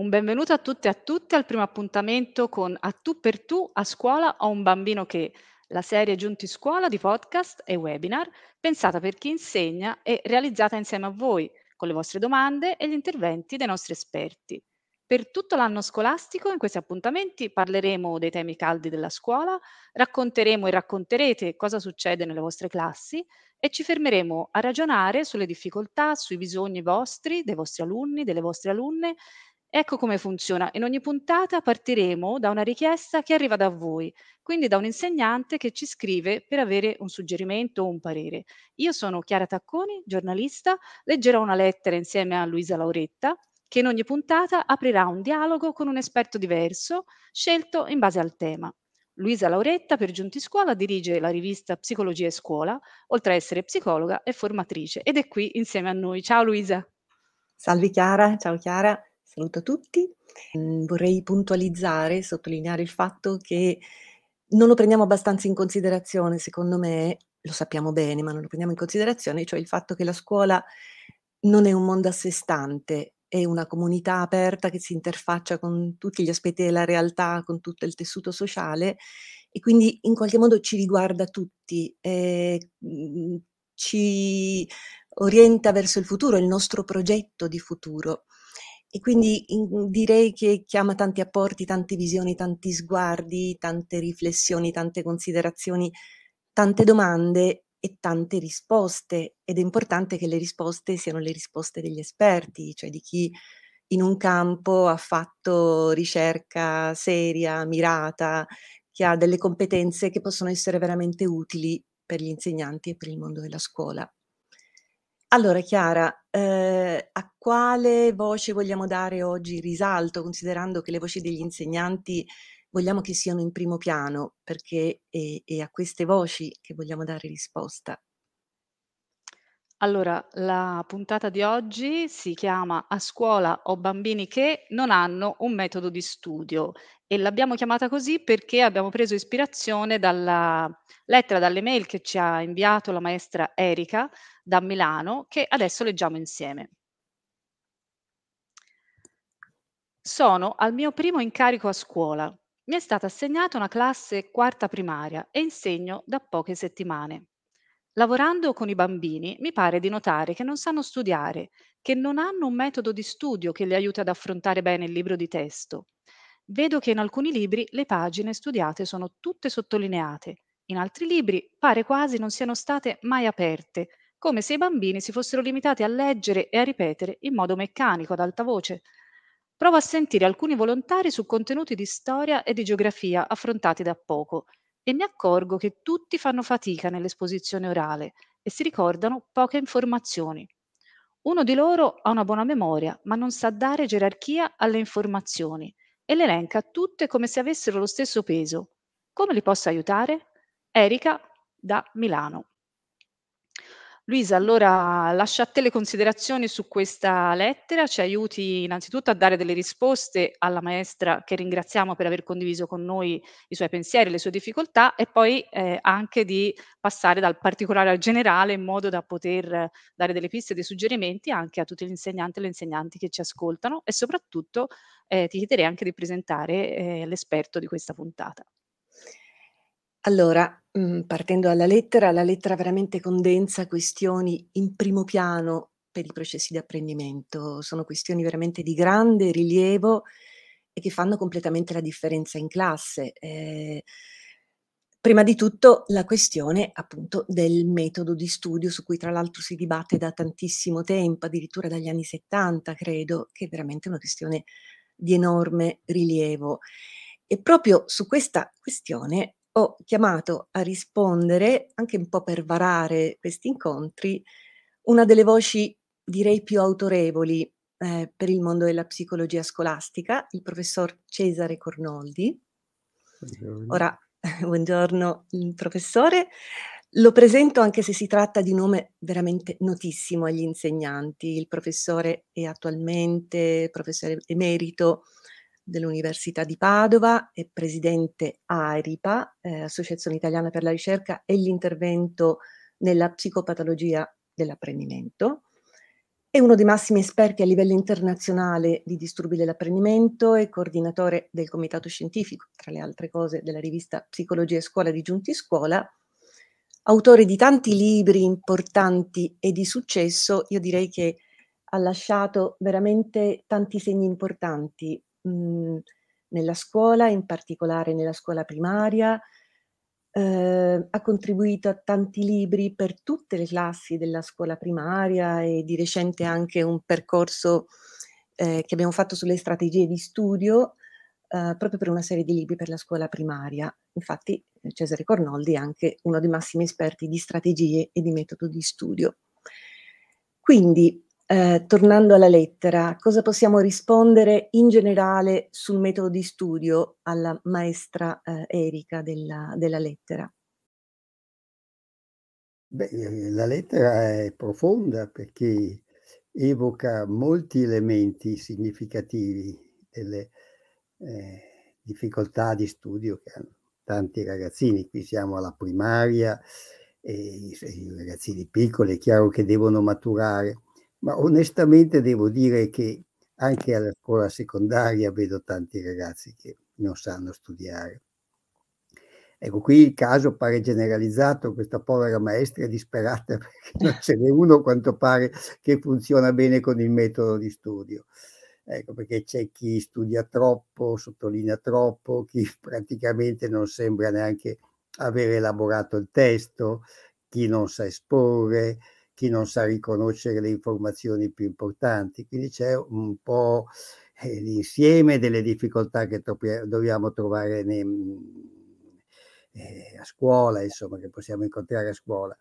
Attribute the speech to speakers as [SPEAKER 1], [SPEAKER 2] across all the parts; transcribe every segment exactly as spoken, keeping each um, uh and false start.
[SPEAKER 1] Un benvenuto a tutte e a tutti al primo appuntamento con A tu per tu a scuola ho un bambino che, la serie Giunti Scuola di podcast e webinar pensata per chi insegna e realizzata insieme a voi, con le vostre domande e gli interventi dei nostri esperti. Per tutto l'anno scolastico in questi appuntamenti parleremo dei temi caldi della scuola, racconteremo e racconterete cosa succede nelle vostre classi e ci fermeremo a ragionare sulle difficoltà, sui bisogni vostri, dei vostri alunni, delle vostre alunne. Ecco come funziona. In ogni puntata partiremo da una richiesta che arriva da voi, quindi da un insegnante che ci scrive per avere un suggerimento o un parere. Io sono Chiara Tacconi, giornalista, leggerò una lettera insieme a Luisa Lauretta, che in ogni puntata aprirà un dialogo con un esperto diverso, scelto in base al tema. Luisa Lauretta, per Giunti Scuola, dirige la rivista Psicologia e Scuola, oltre a essere psicologa e formatrice, ed è qui insieme a noi. Ciao Luisa.
[SPEAKER 2] Salve Chiara, ciao Chiara, saluto tutti. Mhmm, vorrei puntualizzare, sottolineare il fatto che non lo prendiamo abbastanza in considerazione, secondo me, lo sappiamo bene, ma non lo prendiamo in considerazione, cioè il fatto che la scuola non è un mondo a sé stante, è una comunità aperta che si interfaccia con tutti gli aspetti della realtà, con tutto il tessuto sociale e quindi in qualche modo ci riguarda tutti, ehm, mhmm, ci orienta verso il futuro, il nostro progetto di futuro. E quindi in direi che chiama tanti apporti, tante visioni, tanti sguardi, tante riflessioni, tante considerazioni, tante domande e tante risposte. Ed è importante che le risposte siano le risposte degli esperti, cioè di chi in un campo ha fatto ricerca seria, mirata, che ha delle competenze che possono essere veramente utili per gli insegnanti e per il mondo della scuola. Allora Chiara, ehm, a quale voce vogliamo dare oggi risalto, considerando che le voci degli insegnanti vogliamo che siano in primo piano, perché è è a queste voci che vogliamo dare risposta.
[SPEAKER 1] Allora, la puntata di oggi si chiama A scuola ho bambini che non hanno un metodo di studio e l'abbiamo chiamata così perché abbiamo preso ispirazione dalla lettera, dalle mail che ci ha inviato la maestra Erika da Milano, che adesso leggiamo insieme. Sono al mio primo incarico a scuola. Mi è stata assegnata una classe quarta primaria e insegno da poche settimane. Lavorando con i bambini mi pare di notare che non sanno studiare, che non hanno un metodo di studio che li aiuti ad affrontare bene il libro di testo. Vedo che in alcuni libri le pagine studiate sono tutte sottolineate, in altri libri pare quasi non siano state mai aperte, come se i bambini si fossero limitati a leggere e a ripetere in modo meccanico ad alta voce. Provo a sentire alcuni volontari su contenuti di storia e di geografia affrontati da poco e mi accorgo che tutti fanno fatica nell'esposizione orale e si ricordano poche informazioni. Uno di loro ha una buona memoria, ma non sa dare gerarchia alle informazioni e le elenca tutte come se avessero lo stesso peso. Come li posso aiutare? Erika da Milano. Luisa, allora lascio a te le considerazioni su questa lettera, ci aiuti innanzitutto a dare delle risposte alla maestra che ringraziamo per aver condiviso con noi i suoi pensieri, le sue difficoltà e poi eh, anche di passare dal particolare al generale in modo da poter dare delle piste, dei suggerimenti anche a tutti gli insegnanti e le insegnanti che ci ascoltano e soprattutto eh, ti chiederei anche di presentare eh, l'esperto di questa puntata.
[SPEAKER 2] Allora, mhmm, partendo dalla lettera, la lettera veramente condensa questioni in primo piano per i processi di apprendimento. Sono questioni veramente di grande rilievo e che fanno completamente la differenza in classe. Ehm, prima di tutto la questione appunto del metodo di studio su cui tra l'altro si dibatte da tantissimo tempo, addirittura dagli anni 'settanta credo, che è veramente una questione di enorme rilievo. E proprio su questa questione ho chiamato a rispondere, anche un po' per varare questi incontri, una delle voci direi più autorevoli, ehm, per il mondo della psicologia scolastica, il professor Cesare Cornoldi.
[SPEAKER 3] Buongiorno.
[SPEAKER 2] Ora, buongiorno, mhmm, professore. Lo presento anche se si tratta di un nome veramente notissimo agli insegnanti. Il professore è attualmente professore emerito dell'Università di Padova, è presidente AIRIPA, ehm, Associazione Italiana per la Ricerca e l'Intervento nella Psicopatologia dell'Apprendimento. È uno dei massimi esperti a livello internazionale di disturbi dell'apprendimento e coordinatore del comitato scientifico, tra le altre cose, della rivista Psicologia e Scuola di Giunti Scuola. Autore di tanti libri importanti e di successo, io direi che ha lasciato veramente tanti segni importanti, mhmm, nella scuola, in particolare nella scuola primaria. Ehm, ha contribuito a tanti libri per tutte le classi della scuola primaria e di recente anche un percorso, ehm, che abbiamo fatto sulle strategie di studio, ehm, proprio per una serie di libri per la scuola primaria. Infatti, ehm, Cesare Cornoldi è anche uno dei massimi esperti di strategie e di metodo di studio. Quindi, ehm, tornando alla lettera, cosa possiamo rispondere in generale sul metodo di studio alla maestra, ehm, Erika della della lettera?
[SPEAKER 3] Beh, ehm, la lettera è profonda perché evoca molti elementi significativi delle, ehm, difficoltà di studio che hanno tanti ragazzini. Qui siamo alla primaria e i s i ragazzini piccoli è chiaro che devono maturare, ma onestamente devo dire che anche alla scuola secondaria vedo tanti ragazzi che non sanno studiare. Ecco, qui il caso pare generalizzato, questa povera maestra è disperata perché non ce n'è uno a quanto pare che funziona bene con il metodo di studio. Ecco, perché c'è chi studia troppo, sottolinea troppo, chi praticamente non sembra neanche avere elaborato il testo, chi non sa esporre, chi non sa riconoscere le informazioni più importanti. Quindi c'è un po', eh, l'insieme delle difficoltà che tropia dobbiamo trovare ne mhmm, ehm, a scuola, insomma, che possiamo incontrare a scuola.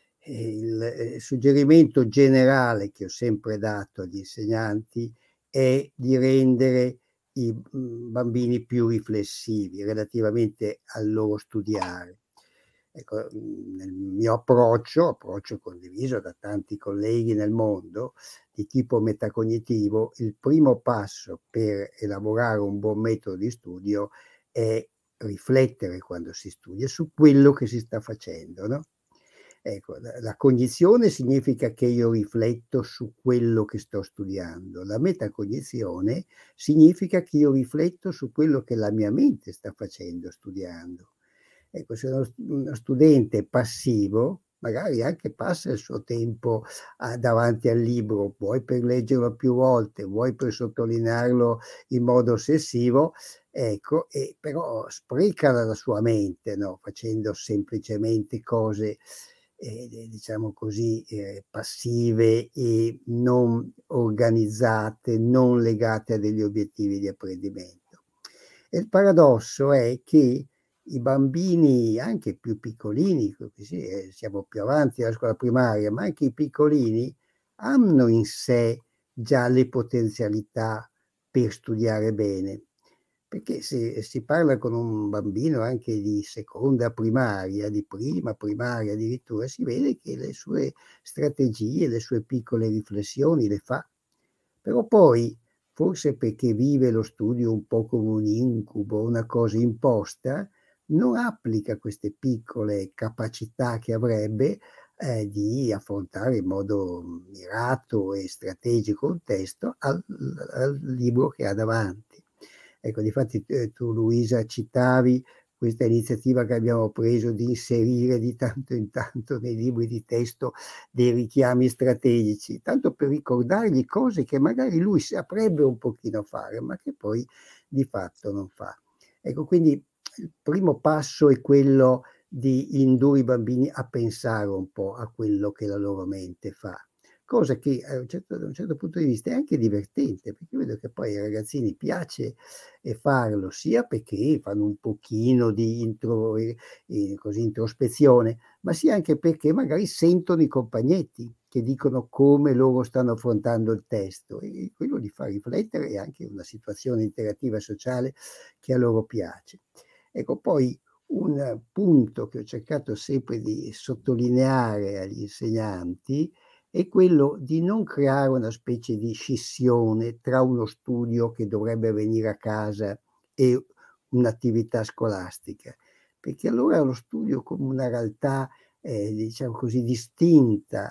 [SPEAKER 3] E il, ehm, suggerimento generale che ho sempre dato agli insegnanti è di rendere i, mhmm, bambini più riflessivi relativamente al loro studiare. Ecco, mhmm, nel mio approccio, approccio condiviso da tanti colleghi nel mondo, di tipo metacognitivo, il primo passo per elaborare un buon metodo di studio è riflettere quando si studia su quello che si sta facendo, no, ecco, la la cognizione significa che io rifletto su quello che sto studiando. La metacognizione significa che io rifletto su quello che la mia mente sta facendo studiando. Ecco, se uno st uno studente è passivo, magari anche passa il suo tempo a davanti al libro, vuoi per leggerlo più volte, vuoi per sottolinearlo in modo ossessivo, ecco, e però spreca la la sua mente, no, facendo semplicemente cose, ehm, d diciamo così, ehm, passive e non organizzate, non legate a degli obiettivi di apprendimento. E il paradosso è che i bambini anche più piccolini, co così, ehm, siamo più avanti alla scuola primaria, ma anche i piccolini hanno in sé già le potenzialità per studiare bene. Perché se si parla con un bambino anche di seconda primaria, di prima primaria addirittura, si vede che le sue strategie, le sue piccole riflessioni le fa. Però poi, forse perché vive lo studio un po' come un incubo, una cosa imposta, non applica queste piccole capacità che avrebbe, ehm, di affrontare in modo mirato e strategico un testo al al libro che ha davanti. Ecco, difatti, ehm, tu Luisa citavi questa iniziativa che abbiamo preso di inserire di tanto in tanto nei libri di testo dei richiami strategici, tanto per ricordargli cose che magari lui saprebbe un pochino fare, ma che poi di fatto non fa. Ecco, quindi il primo passo è quello di indurre i bambini a pensare un po' a quello che la loro mente fa, cosa che a un certo da un certo punto di vista è anche divertente, perché vedo che poi ai ragazzini piace, ehm, farlo, sia perché fanno un pochino di intro ehm, ehm, così introspezione, ma sia anche perché magari sentono i compagnetti che dicono come loro stanno affrontando il testo e quello li fa riflettere, è anche una situazione interattiva sociale che a loro piace. Ecco, poi un punto che ho cercato sempre di sottolineare agli insegnanti è quello di non creare una specie di scissione tra uno studio che dovrebbe avvenire a casa e un'attività scolastica, perché allora lo studio come una realtà, ehm, diciamo così, distinta,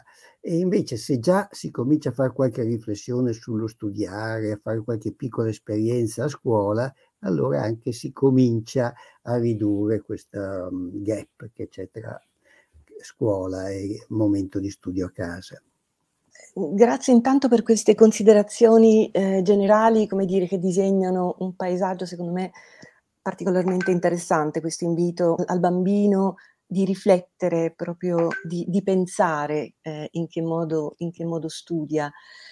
[SPEAKER 3] E invece se già si comincia a far qualche riflessione sullo studiare, a fare qualche piccola esperienza a scuola, allora anche si comincia a ridurre questa, mhmm, gap che c'è tra scuola e momento di studio a casa.
[SPEAKER 2] Mhmm, grazie intanto per queste considerazioni, ehm, generali, come dire, che disegnano un paesaggio secondo me particolarmente interessante, questo invito al bambino di riflettere, proprio di di pensare, ehm, in che modo in che modo studia.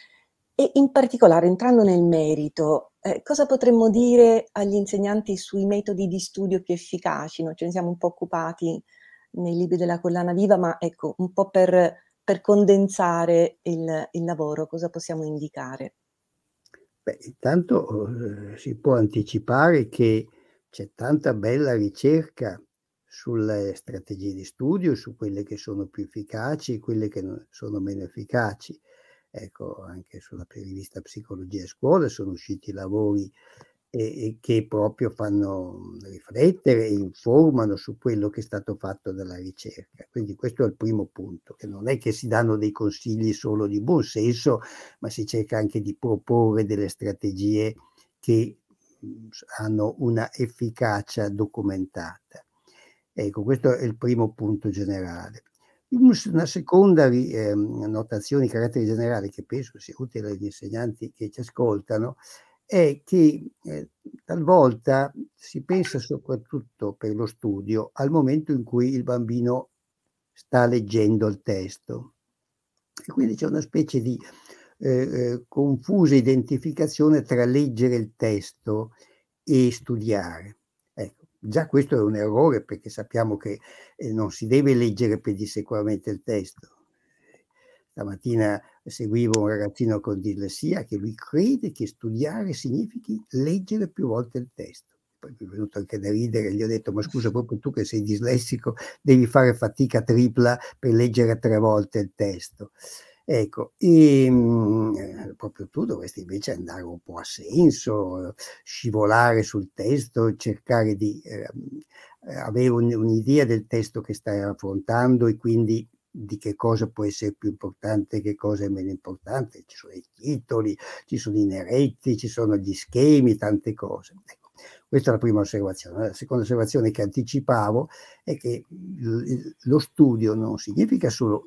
[SPEAKER 2] E in particolare, entrando nel merito, ehm, cosa potremmo dire agli insegnanti sui metodi di studio più efficaci? Noi ce ne siamo un po' occupati nei libri della collana viva, ma ecco, un po' per per condensare il il lavoro, cosa possiamo indicare?
[SPEAKER 3] Beh, intanto, uhm, si può anticipare che c'è tanta bella ricerca sulle strategie di studio, su quelle che sono più efficaci e quelle che no sono meno efficaci. Ecco, anche sulla p rivista Psicologia a scuola sono usciti lavori, e e che proprio fanno, mhmm, riflettere e informano su quello che è stato fatto dalla ricerca. Quindi questo è il primo punto, che non è che si danno dei consigli solo di buon senso, ma si cerca anche di proporre delle strategie che, mhmm, s hanno una efficacia documentata. Ecco, questo è il primo punto generale. Un s una seconda ri ehm, notazione di carattere generale che penso sia utile agli insegnanti che ci ascoltano, è che, ehm, talvolta si pensa soprattutto per lo studio al momento in cui il bambino sta leggendo il testo. E quindi c'è una specie di, ehm, ehm, confusa identificazione tra leggere il testo e studiare. Ecco, già questo è un errore perché sappiamo che, ehm, non si deve leggere pedissequamente il testo. Stamattina seguivo un ragazzino con dislessia che lui crede che studiare significhi leggere più volte il testo. Poi mi è venuto anche da ridere, gli ho detto: "Ma scusa, proprio tu che sei dislessico devi fare fatica tripla per leggere tre volte il testo." Ecco, ehm, ehm, proprio tu dovresti invece andare un po' a senso, scivolare sul testo, cercare di, ehm, ehm, avere un un'idea del testo che stai affrontando e quindi di che cosa può essere più importante, che cosa è meno importante. Ci sono i titoli, ci sono i neretti, ci sono gli schemi, tante cose. Ecco, questa è la prima osservazione. La seconda osservazione che anticipavo è che il il lo studio non significa solo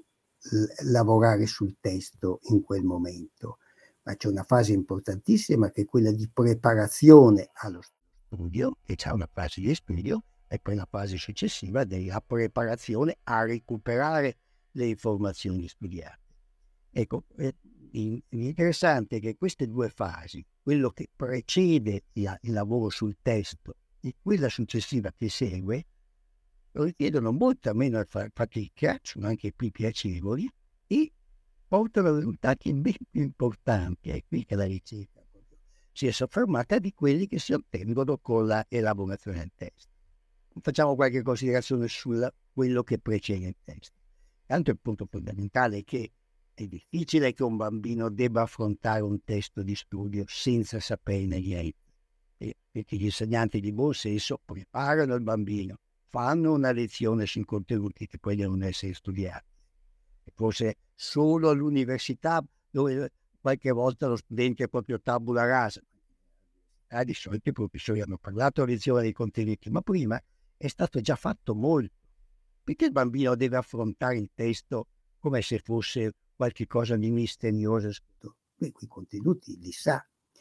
[SPEAKER 3] l lavorare sul testo in quel momento, ma c'è una fase importantissima che è quella di preparazione allo studio, e c'è una fase di studio e poi la fase successiva della preparazione a recuperare le informazioni studiate. Ecco, ehm, in l'interessante è che queste due fasi, quello che precede la il lavoro sul testo e quella successiva che segue, richiedono molta meno fa fatica, sono anche più piacevoli e portano a risultati ben più importanti. È qui che la ricerca proprio si è soffermata di quelli che si ottengono con la elaborazione del testo. Facciamo qualche considerazione sul quello che precede il testo. Tanto il punto fondamentale è che è difficile che un bambino debba affrontare un testo di studio senza saperne niente, e perché gli insegnanti di buon senso preparano il bambino, fanno una lezione sui contenuti che poi devono essere studiati. E forse solo all'università, dove qualche volta lo studente è proprio tabula rasa. Ah, di solito i professori hanno parlato a lezione dei contenuti, ma prima è stato già fatto molto. Perché il bambino deve affrontare il testo come se fosse qualche cosa di misterioso scritto? Lui quei contenuti li sa.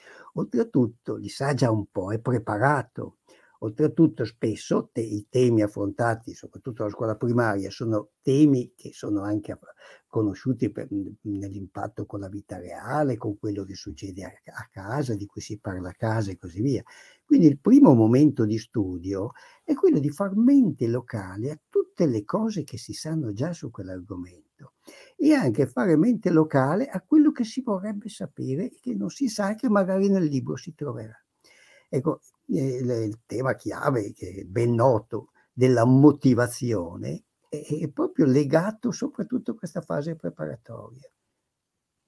[SPEAKER 3] Oltretutto li sa già un po', è preparato. Oltretutto spesso te i temi affrontati, soprattutto alla scuola primaria, sono temi che sono anche a conosciuti per mhmm, nell'impatto con la vita reale, con quello che succede a a casa, di cui si parla a casa e così via. Quindi il primo momento di studio è quello di far mente locale a tutte le cose che si sanno già su quell'argomento e anche fare mente locale a quello che si vorrebbe sapere e che non si sa e che magari nel libro si troverà. Ecco, ehm, il il tema chiave, che è ben noto, della motivazione è è proprio legato soprattutto a questa fase preparatoria.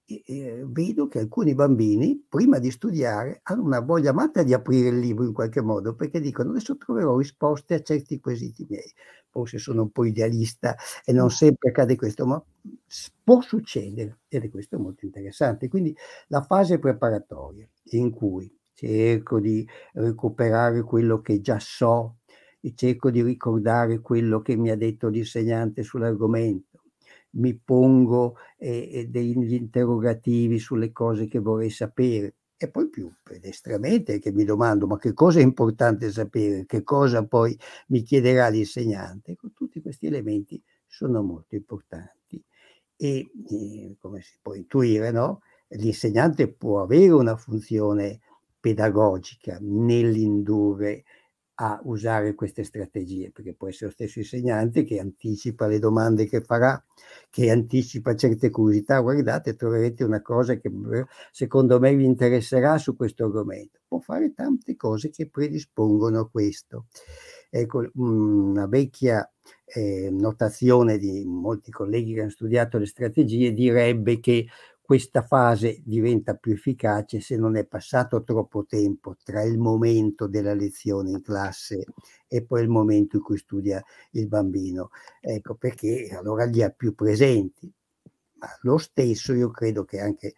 [SPEAKER 3] e, ehm, vedo che alcuni bambini, prima di studiare, hanno una voglia matta di aprire il libro in qualche modo, perché dicono: "Adesso troverò risposte a certi quesiti miei". Forse sono un po' idealista e non
[SPEAKER 1] No.
[SPEAKER 3] sempre accade questo, ma s può succedere ed è questo molto interessante. Quindi la fase preparatoria in cui cerco di recuperare quello che già so e cerco di ricordare quello che mi ha detto l'insegnante sull'argomento, mi pongo, ehm, ehm, degli interrogativi sulle cose che vorrei sapere e poi più pedestramente che mi domando: "Ma che cosa è importante sapere? Che cosa poi mi chiederà l'insegnante?" Ecco, tutti questi elementi sono molto importanti e, ehm, come si può intuire, no, l'insegnante può avere una funzione pedagogica nell'indurre a usare queste strategie, perché può essere lo stesso insegnante che anticipa le domande che farà, che anticipa certe curiosità: "Guardate, troverete una cosa che v secondo me vi interesserà su questo argomento." Può fare tante cose che predispongono a questo. Ecco, mhmm, una vecchia, ehm, notazione di molti colleghi che han studiato le strategie direbbe che questa fase diventa più efficace se non è passato troppo tempo tra il momento della lezione in classe e poi il momento in cui studia il bambino. Ecco, perché allora li ha più presenti. Ma lo stesso io credo che anche,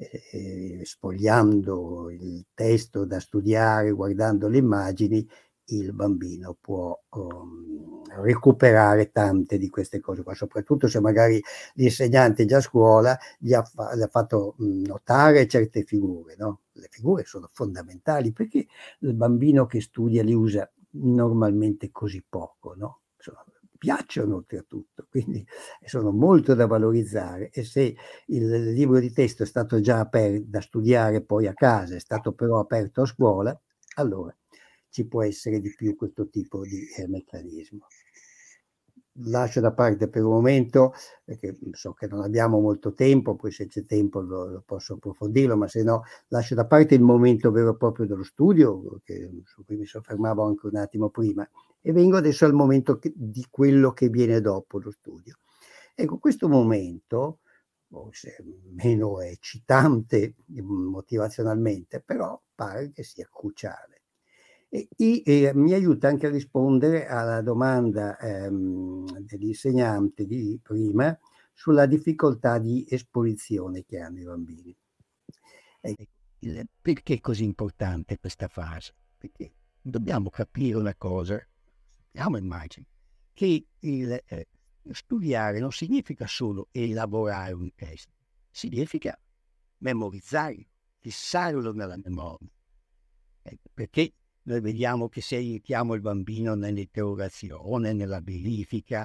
[SPEAKER 3] ehm, sfogliando il testo da studiare, guardando le immagini, il bambino può, uhm, recuperare tante di queste cose qua, soprattutto se magari l'insegnante già a scuola gli ha fa gli ha fatto, mhmm, notare certe figure, no, le figure sono fondamentali perché il bambino che studia li usa normalmente così poco, no, insomma piacciono oltretutto, quindi sono molto da valorizzare e se il libro di testo è stato già aper da studiare poi a casa, è stato però aperto a scuola, allora ci può essere di più questo tipo di, ehm, meccanismo. Lascio da parte per un momento, perché, mhmm, so che non abbiamo molto tempo, poi se c'è tempo lo lo posso approfondirlo, ma se no lascio da parte il momento vero e proprio dello studio, che su cui mi soffermavo anche un attimo prima, e vengo adesso al momento che di quello che viene dopo lo studio. Ecco, questo momento, forse meno eccitante, mhmm, motivazionalmente, però pare che sia cruciale. E i e mi aiuta anche a rispondere alla domanda, ehm, dell'insegnante di prima, sulla difficoltà di esposizione che hanno i bambini. E il perché è così importante questa fase? Perché dobbiamo capire una cosa, sappiamo immagino, che il, ehm, studiare non significa solo elaborare un testo, significa memorizzarlo, fissarlo nella memoria. Ecco, perché noi vediamo che se aiutiamo il bambino nell'interrogazione, nella verifica,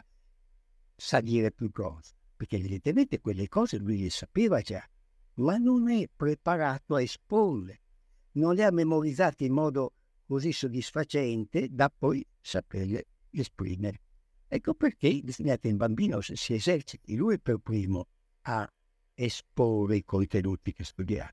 [SPEAKER 3] sa dire più cose, perché evidentemente quelle cose lui le sapeva già, ma non è preparato a esporle, non le ha memorizzate in modo così soddisfacente da poi saperle esprimere. Ecco perché bisogna che il bambino si si eserciti lui per primo a esporre i contenuti che ha studiato.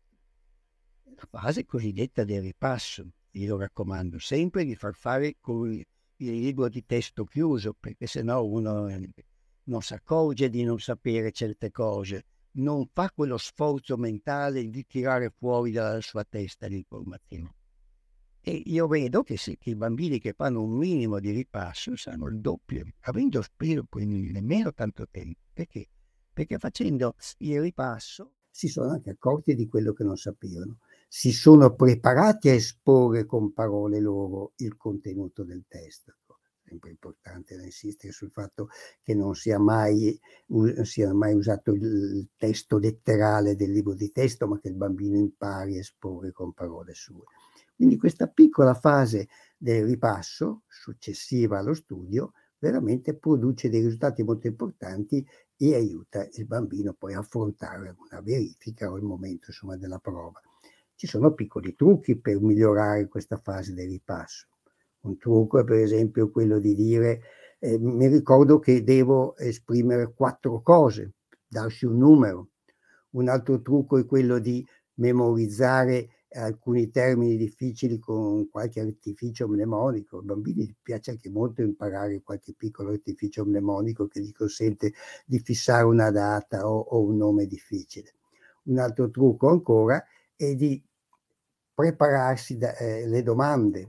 [SPEAKER 3] La fase cosiddetta del ripasso, io raccomando sempre di far fare con il libro di testo chiuso, perché se no uno, ehm, non s'accorge di non sapere certe cose, non fa quello sforzo mentale di tirare fuori dalla sua testa l'informazione. E io vedo che sì, che i bambini che fanno un minimo di ripasso sanno il doppio, avendo speso poi nemmeno tanto tempo. Perché? Perché facendo il ripasso si sono anche accorti di quello che non sapevano. Si sono preparati a esporre con parole loro il contenuto del testo. Ecco, sempre importante da insistere sul fatto che non sia mai u sia mai usato il testo letterale del libro di testo, ma che il bambino impari a esporre con parole sue. Quindi questa piccola fase del ripasso, successiva allo studio, veramente produce dei risultati molto importanti e aiuta il bambino poi a affrontare una verifica o il momento insomma della prova. Ci sono piccoli trucchi per migliorare questa fase del ripasso. Un trucco è per esempio quello di dire, ehm: "Mi ricordo che devo esprimere quattro cose", darsi un numero. Un altro trucco è quello di memorizzare alcuni termini difficili con qualche artificio mnemonico. Ai bambini piace anche molto imparare qualche piccolo artificio mnemonico che gli consente di fissare una data o o un nome difficile. un altro trucco ancora è di prepararsi da ehm, le domande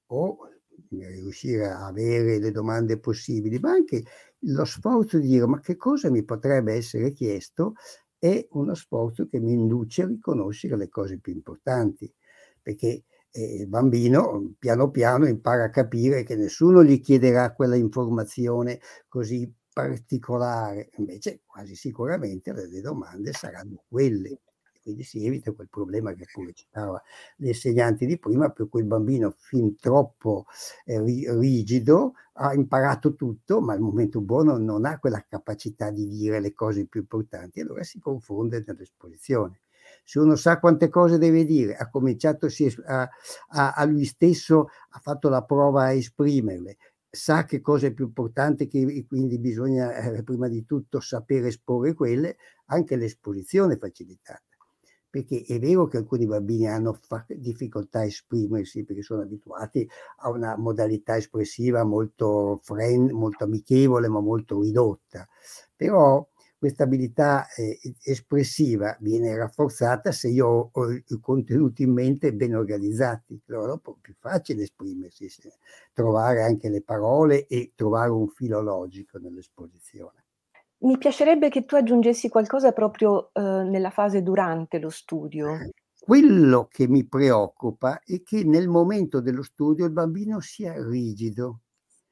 [SPEAKER 3] o riuscire a avere le domande possibili, ma anche lo sforzo di dire: "Ma che cosa mi potrebbe essere chiesto?" È uno sforzo che mi induce a riconoscere le cose più importanti, perché, ehm, il bambino piano piano impara a capire che nessuno gli chiederà quella informazione così particolare, invece quasi sicuramente le le domande saranno quelle. E quindi si evita quel problema che pure citava l'insegnante di prima, per cui il bambino fin troppo, ehm, ri rigido ha imparato tutto, ma al momento buono non ha quella capacità di dire le cose più importanti, allora si confonde nell'esposizione. Se uno sa quante cose deve dire, ha cominciato si es a a a lui stesso ha fatto la prova a esprimerle, sa che cosa è più importante che e quindi bisogna, eh, prima di tutto sapere esporre quelle, anche l'esposizione è facilitata. Perché è vero che alcuni bambini hanno fa difficoltà a esprimersi, perché sono abituati a una modalità espressiva molto friend molto amichevole, ma molto ridotta. Però questa abilità, ehm, e espressiva viene rafforzata se io ho ho i i contenuti in mente ben organizzati. Allora dopo è più facile esprimersi, se trovare anche le parole e trovare un filo logico nell'esposizione.
[SPEAKER 2] Mi piacerebbe che tu aggiungessi qualcosa proprio, uhm, nella fase durante lo studio.
[SPEAKER 3] Quello che mi preoccupa è che nel momento dello studio il bambino sia rigido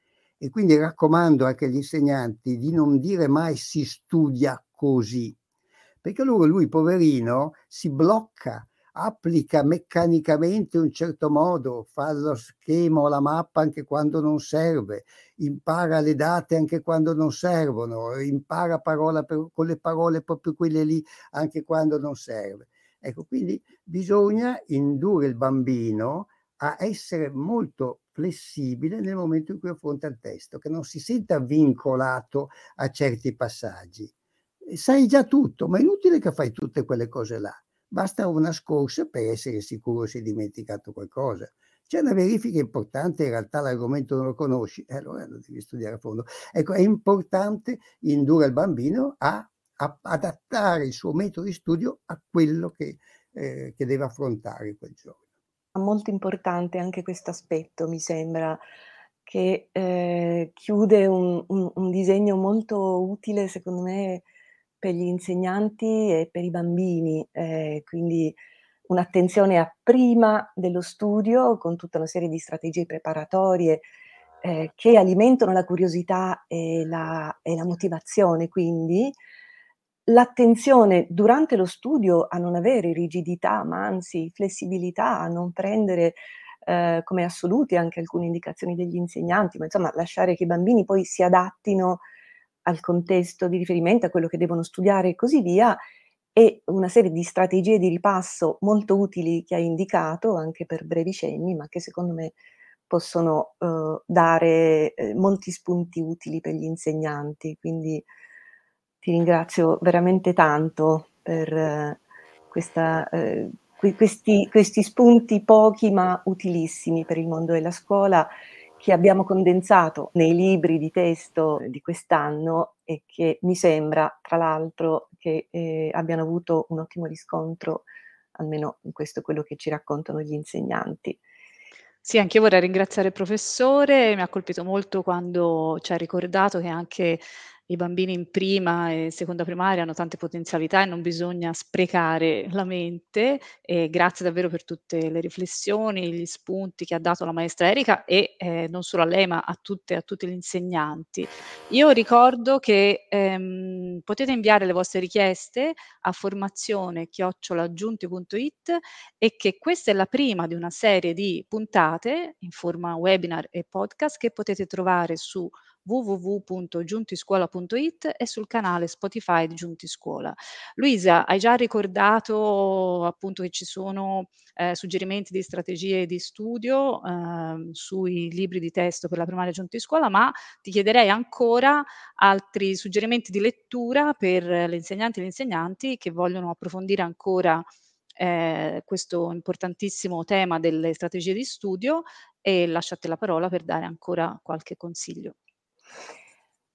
[SPEAKER 3] e quindi raccomando anche agli insegnanti di non dire mai: "Si studia così", perché allora lui poverino si blocca, applica meccanicamente un certo modo, fa lo schema o la mappa anche quando non serve, impara le date anche quando non servono, impara parola per con le parole proprio quelle lì anche quando non serve. Ecco, quindi bisogna indurre il bambino a essere molto flessibile nel momento in cui affronta il testo, che non si senta vincolato a certi passaggi. E sai già tutto, ma è inutile che fai tutte quelle cose là. Basta una scorsa per essere sicuro se hai dimenticato qualcosa. C'è una verifica importante, in realtà l'argomento non lo conosci, e allora lo devi studiare a fondo. Ecco, è importante indurre il bambino a a adattare il suo metodo di studio a quello che ehm, che deve affrontare quel giorno.
[SPEAKER 2] Molto importante anche questo aspetto, mi sembra, che, ehm, chiude un un un disegno molto utile, secondo me, per gli insegnanti e per i bambini. Ehm, quindi un'attenzione a prima dello studio, con tutta una serie di strategie preparatorie, ehm, che alimentano la curiosità e la e la motivazione quindi. L'attenzione durante lo studio a non avere rigidità, ma anzi flessibilità, a non prendere, ehm, come assolute anche alcune indicazioni degli insegnanti, ma insomma lasciare che i bambini poi si adattino al contesto di riferimento, a quello che devono studiare e così via, e una serie di strategie di ripasso molto utili che hai indicato, anche per brevi cenni, ma che secondo me possono, uhm, dare, ehm, molti spunti utili per gli insegnanti. Quindi ti ringrazio veramente tanto per eh, questa ehm, que questi questi spunti pochi ma utilissimi per il mondo della scuola, che abbiamo condensato nei libri di testo di quest'anno e che mi sembra, tra l'altro, che, ehm, abbiano avuto un ottimo riscontro, almeno in questo è quello che ci raccontano gli insegnanti.
[SPEAKER 1] Sì, anch'io vorrei ringraziare il professore, mi ha colpito molto quando ci ha ricordato che anche i bambini in prima e seconda primaria hanno tante potenzialità e non bisogna sprecare la mente. E grazie davvero per tutte le riflessioni, gli spunti che ha dato la maestra Erika e, ehm, non solo a lei, ma a tutte e a tutti gli insegnanti. Io ricordo che, ehm, potete inviare le vostre richieste a formazione chiocciola giunti punto it e che questa è la prima di una serie di puntate in forma webinar e podcast che potete trovare su w w w punto giuntiscuola punto it e sul canale Spotify di Giunti Scuola. Luisa, hai già ricordato appunto che ci sono eh, suggerimenti di strategie di studio ehm, sui libri di testo per la primaria Giunti Scuola, ma ti chiederei ancora altri suggerimenti di lettura per le insegnanti e gli insegnanti che vogliono approfondire ancora ehm, questo importantissimo tema delle strategie di studio e lascio a te la parola per dare ancora qualche consiglio.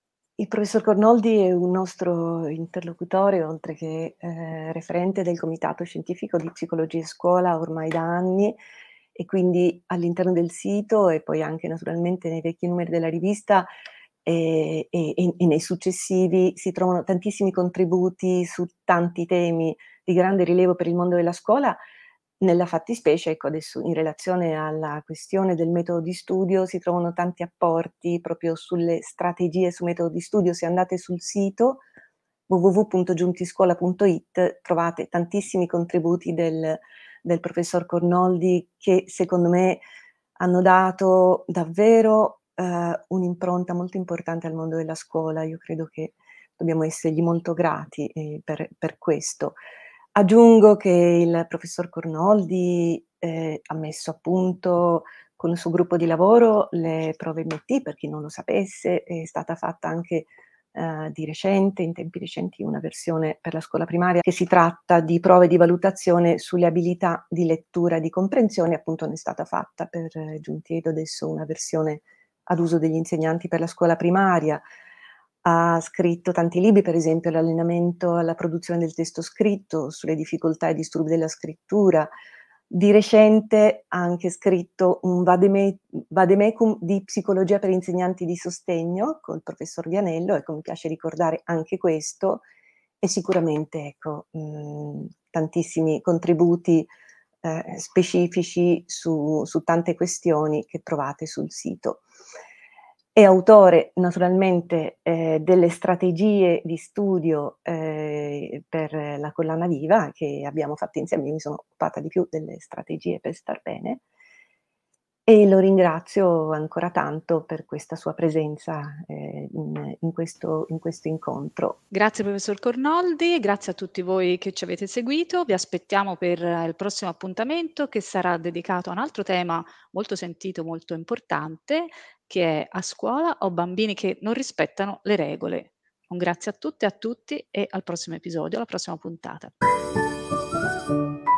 [SPEAKER 2] Il professor Cornoldi è un nostro interlocutore, oltre che, ehm, referente del comitato scientifico di psicologia e scuola ormai da anni, e quindi all'interno del sito e poi anche naturalmente nei vecchi numeri della rivista, ehm, e e e nei successivi si trovano tantissimi contributi su tanti temi di grande rilievo per il mondo della scuola. Nella fattispecie, ecco, adesso in relazione alla questione del metodo di studio si trovano tanti apporti proprio sulle strategie su metodo di studio. Se andate sul sito w w w punto giuntiscuola punto it trovate tantissimi contributi del del professor Cornoldi che secondo me hanno dato davvero, ehm, un'impronta molto importante al mondo della scuola. Io credo che dobbiamo essergli molto grati, ehm, per per questo. Aggiungo che il professor Cornoldi, ehm, ha messo a punto con il suo gruppo di lavoro le prove M T, per chi non lo sapesse, è stata fatta anche, ehm, di recente, in tempi recenti, una versione per la scuola primaria, che si tratta di prove di valutazione sulle abilità di lettura e di comprensione, appunto ne è stata fatta per Giunti Edo adesso una versione ad uso degli insegnanti per la scuola primaria. Ha scritto tanti libri, per esempio l'allenamento alla produzione del testo scritto, sulle difficoltà e disturbi della scrittura. Di recente ha anche scritto un vademe vademecum di psicologia per insegnanti di sostegno col professor Vianello, ecco, mi piace ricordare anche questo e sicuramente, ecco, mhmm, tantissimi contributi, ehm, specifici su su tante questioni che trovate sul sito. È autore naturalmente, ehm, delle strategie di studio, ehm, per la collana viva che abbiamo fatto insieme. Io mi sono occupata di più delle strategie per star bene. E lo ringrazio ancora tanto per questa sua presenza, ehm, in in questo in questo incontro.
[SPEAKER 1] Grazie professor Cornoldi, grazie a tutti voi che ci avete seguito. Vi aspettiamo per il prossimo appuntamento che sarà dedicato a un altro tema molto sentito, molto importante, che è: a scuola ho bambini che non rispettano le regole. Un grazie a tutte e a tutti e al prossimo episodio, alla prossima puntata.